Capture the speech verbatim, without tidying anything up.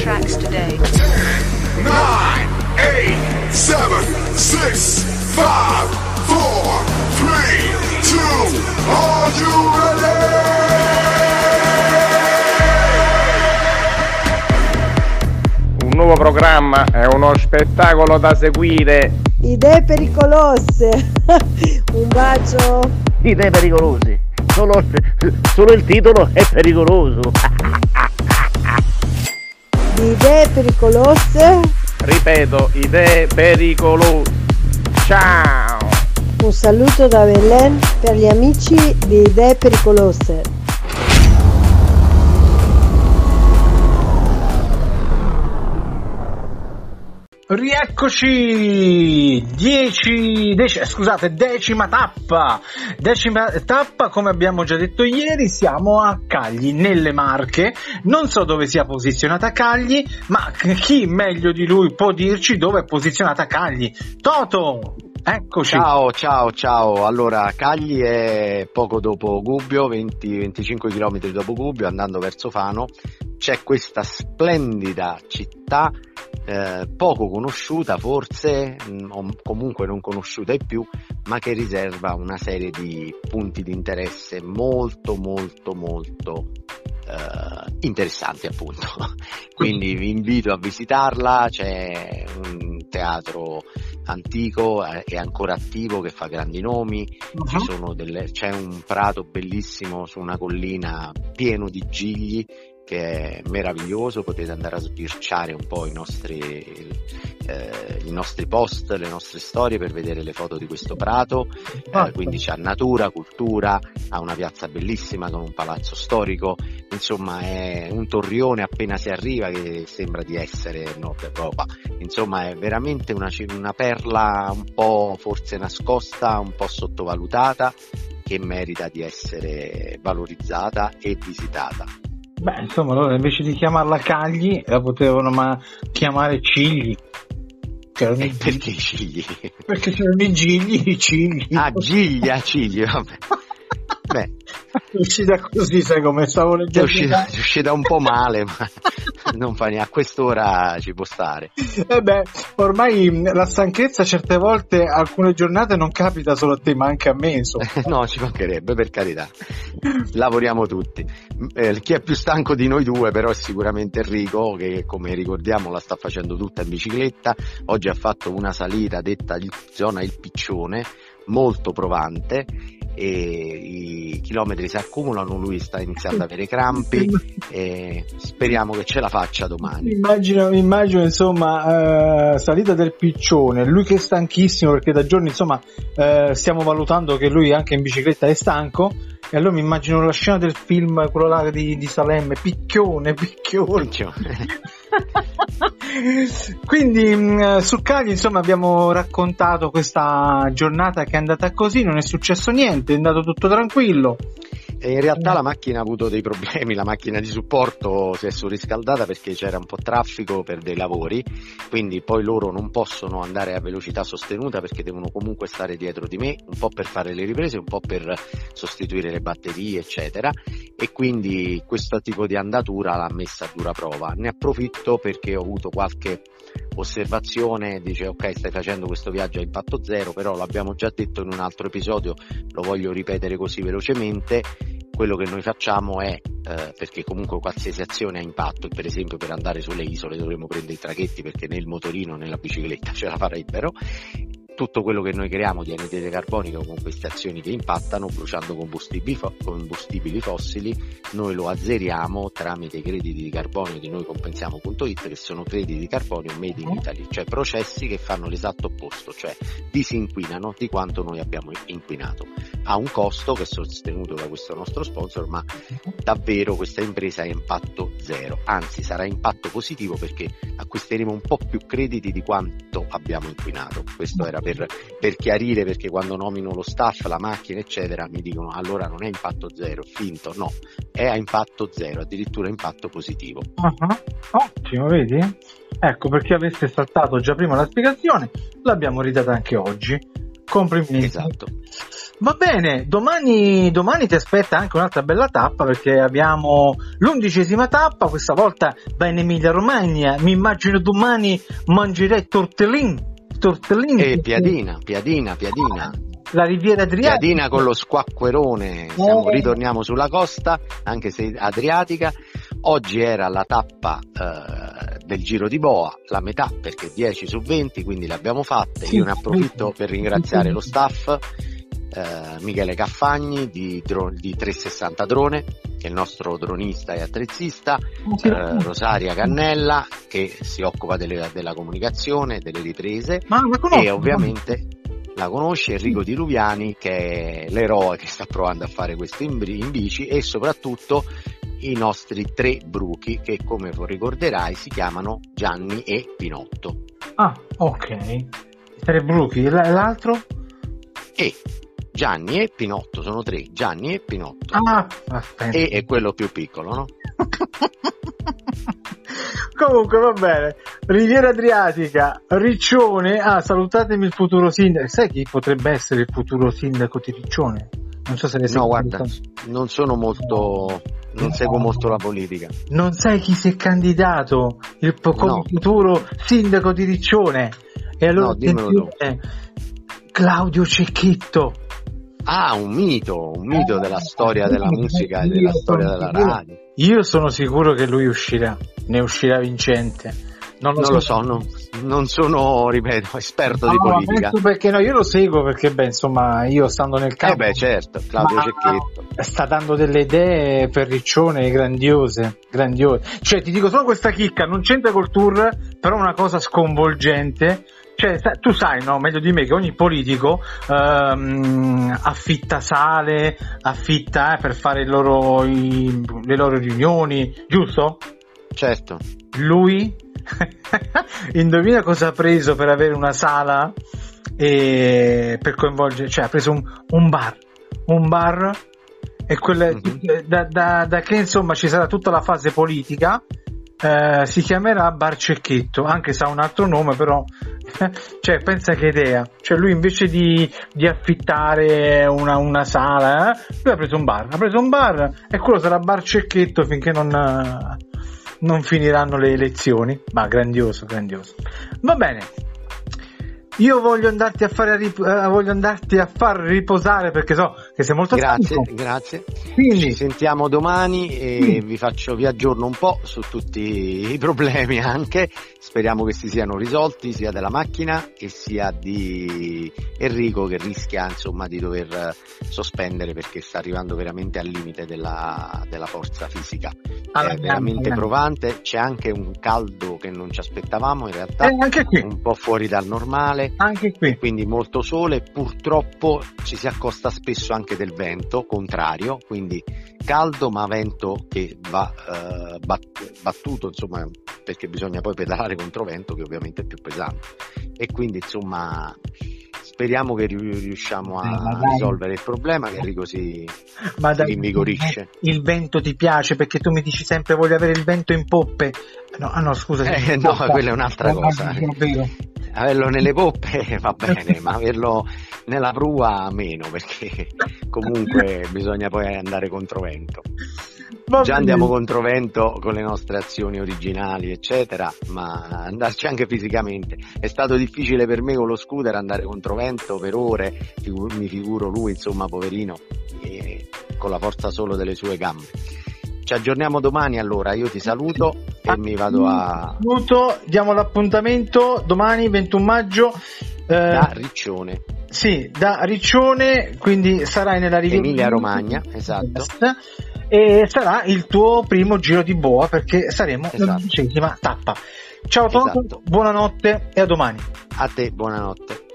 tracks today. nine, eight, seven, six, five, four, three, two, are you ready? Un nuovo programma è uno spettacolo da seguire. Idee pericolose. Un bacio. Idee pericolose. Solo, solo il titolo è pericoloso. Di idee pericolose. Ripeto, idee pericolose. Ciao. Un saluto da Belen per gli amici di Idee Pericolose. Rieccoci, dieci, dec- scusate, decima tappa, decima tappa, come abbiamo già detto ieri, siamo a Cagli, nelle Marche. Non so dove sia posizionata Cagli, ma chi meglio di lui può dirci dove è posizionata Cagli? Toto, eccoci. Ciao, ciao, ciao. Allora, Cagli è poco dopo Gubbio, venti venticinque chilometri dopo Gubbio, andando verso Fano. C'è questa splendida città, eh, poco conosciuta forse, mh, o comunque non conosciuta ai più, ma che riserva una serie di punti di interesse molto molto molto eh, interessanti, appunto. Quindi vi invito a visitarla. C'è un teatro antico e eh, ancora attivo che fa grandi nomi. Uh-huh. Ci sono delle, c'è un prato bellissimo su una collina pieno di gigli che è meraviglioso. Potete andare a sbirciare un po' i nostri eh, i nostri post, le nostre storie per vedere le foto di questo prato. Eh, quindi c'ha natura, cultura, ha una piazza bellissima con un palazzo storico, insomma è un torrione appena si arriva che sembra di essere Nord Europa. Insomma è veramente una, una perla un po' forse nascosta, un po' sottovalutata, che merita di essere valorizzata e visitata. Beh, insomma, allora invece di chiamarla Cagli la potevano ma chiamare Cigli. C'erano i perché Cigli? Perché c'erano i gigli, i cigli. Ah, Giglia, Cigli, vabbè. Beh, è uscita così, sai come stavo leggendo. È uscita, è uscita un po' male, ma non fa niente, a quest'ora ci può stare. Eh beh, ormai la stanchezza certe volte, alcune giornate non capita solo a te, ma anche a me, insomma. No, ci mancherebbe, per carità. Lavoriamo tutti. Eh, chi è più stanco di noi due però è sicuramente Enrico, che come ricordiamo la sta facendo tutta in bicicletta. Oggi ha fatto una salita detta il, zona Il Piccione, molto provante, e i chilometri si accumulano, lui sta iniziando ad avere crampi e speriamo che ce la faccia domani. Immagino, immagino insomma, eh, salita del Piccione, lui che è stanchissimo perché da giorni insomma eh, stiamo valutando che lui anche in bicicletta è stanco, e allora mi immagino la scena del film, quello là di, di Salemme, picchione, picchione. picchione. Quindi mh, su Cagli insomma abbiamo raccontato questa giornata che è andata così, non è successo niente, è andato tutto tranquillo. E in realtà la macchina ha avuto dei problemi, la macchina di supporto si è surriscaldata perché c'era un po' traffico per dei lavori, quindi poi loro non possono andare a velocità sostenuta perché devono comunque stare dietro di me, un po' per fare le riprese, un po' per sostituire le batterie eccetera, e quindi questo tipo di andatura l'ha messa a dura prova. Ne approfitto perché ho avuto qualche osservazione, dice ok, stai facendo questo viaggio a impatto zero, però l'abbiamo già detto in un altro episodio, lo voglio ripetere così velocemente. Quello che noi facciamo è, eh, perché comunque qualsiasi azione ha impatto, per esempio per andare sulle isole dovremmo prendere i traghetti perché né il motorino né la bicicletta ce la farebbero, tutto quello che noi creiamo di anidride carbonica con queste azioni che impattano, bruciando combustibili, fo- combustibili fossili, noi lo azzeriamo tramite i crediti di carbonio di noi compensiamo punto it, che sono crediti di carbonio made in Italy, cioè processi che fanno l'esatto opposto, cioè disinquinano di quanto noi abbiamo inquinato. Ha un costo che è sostenuto da questo nostro sponsor, ma davvero questa impresa è impatto zero, anzi sarà impatto positivo perché acquisteremo un po' più crediti di quanto abbiamo inquinato. Questo era per, per chiarire, perché quando nomino lo staff, la macchina eccetera mi dicono allora non è impatto zero, finto, no, è a impatto zero, addirittura impatto positivo. Uh-huh. Ottimo, vedi? Ecco, perché aveste saltato già prima la spiegazione, l'abbiamo ridata anche oggi. Complimenti. Esatto. Va bene, domani, domani ti aspetta anche un'altra bella tappa, perché abbiamo l'undicesima tappa, questa volta va in Emilia Romagna. Mi immagino domani mangerai tortellini, tortellini. E piadina, piadina, piadina. La Riviera Adriatica. Piadina con lo squacquerone, siamo, ritorniamo sulla costa, anche se adriatica. Oggi era la tappa eh, del Giro di Boa, la metà, perché dieci su venti, quindi le abbiamo fatte. Io ne approfitto per ringraziare lo staff, eh, Michele Caffagni di, dro- di trecentosessanta Drone, che è il nostro dronista e attrezzista, eh, Rosaria Cannella, che si occupa delle, della comunicazione, delle riprese, Ma la conosco, e ovviamente la conosce Enrico Di Luviani, che è l'eroe che sta provando a fare questo in, in bici, e soprattutto i nostri tre bruchi, che come ricorderai si chiamano Gianni e Pinotto. Ah, ok. Tre bruchi, l'altro? E Gianni e Pinotto, sono tre, Gianni e Pinotto. Ah, aspetta. E è quello più piccolo, no? Comunque va bene. Riviera Adriatica, Riccione. Ah, salutatemi il futuro sindaco. Sai chi potrebbe essere il futuro sindaco di Riccione? Non so se ne sai. No, guarda, non sono molto, non no. seguo molto la politica. Non sai chi si è candidato il come no. futuro sindaco di Riccione? E allora no, dimmelo tu. Claudio Cecchetto. Ah, un mito, un mito della storia della musica e della storia della radio. Io sono sicuro che lui uscirà, ne uscirà vincente. Non lo, non so. lo so, no, non sono, ripeto, esperto no, di politica. Perché no, io lo seguo perché, beh, insomma, io stando nel campo. Eh beh, certo, Claudio Cecchetto. Sta dando delle idee per Riccione grandiose, grandiose. Cioè, ti dico solo questa chicca, non c'entra col tour, però una cosa sconvolgente. Cioè, tu sai, no, meglio di me, che ogni politico ehm, affitta sale, affitta eh, per fare il loro, i, le loro riunioni, giusto? Certo. Lui, indovina cosa ha preso per avere una sala e per coinvolgere, cioè ha preso un, un bar, un bar e quelle, mm-hmm. da, da, da che insomma ci sarà tutta la fase politica. Eh, si chiamerà Bar Cecchetto, anche se ha un altro nome, però cioè pensa che idea, cioè lui invece di, di affittare una, una sala, eh, lui ha preso un bar, ha preso un bar e quello sarà Bar Cecchetto finché non, non finiranno le elezioni. Ma grandioso, grandioso. Va bene, io voglio andarti a fare rip- uh, voglio andarti a far riposare perché so che sei molto grazie, stanco. Grazie. Quindi ci sentiamo domani e sì. vi faccio vi aggiorno un po' su tutti i problemi anche. Speriamo che si siano risolti, sia della macchina che sia di Enrico, che rischia insomma di dover sospendere perché sta arrivando veramente al limite della, della forza fisica. Allora, è veramente allora. provante, c'è anche un caldo che non ci aspettavamo in realtà, eh, anche qui. un po' fuori dal normale, anche qui. Quindi molto sole, purtroppo ci si accosta spesso anche del vento contrario, quindi caldo ma vento che va eh, bat- battuto insomma, perché bisogna poi pedalare contro vento che ovviamente è più pesante, e quindi insomma speriamo che riusciamo a eh, risolvere il problema, che Enrico si, ma si rinvigorisce. Il vento ti piace perché tu mi dici sempre voglio avere il vento in poppe. No, ah no, scusa. Eh, no, quella è un'altra cosa. Averlo nelle poppe va bene, ma averlo nella prua meno, perché comunque bisogna poi andare controvento. Va Già bene. Andiamo controvento con le nostre azioni originali, eccetera, ma andarci anche fisicamente. È stato difficile per me con lo scooter andare controvento per ore, mi figuro lui, insomma, poverino, e con la forza solo delle sue gambe. Ci aggiorniamo domani, allora io ti saluto e mi vado a... Saluto, diamo l'appuntamento domani ventuno maggio eh, da Riccione. Sì, da Riccione, quindi sarai nella Riviera Emilia Romagna, esatto. E sarà il tuo primo giro di boa perché saremo esatto. nell'undicesima tappa. Ciao Tonto, esatto. Buonanotte e a domani. A te, buonanotte.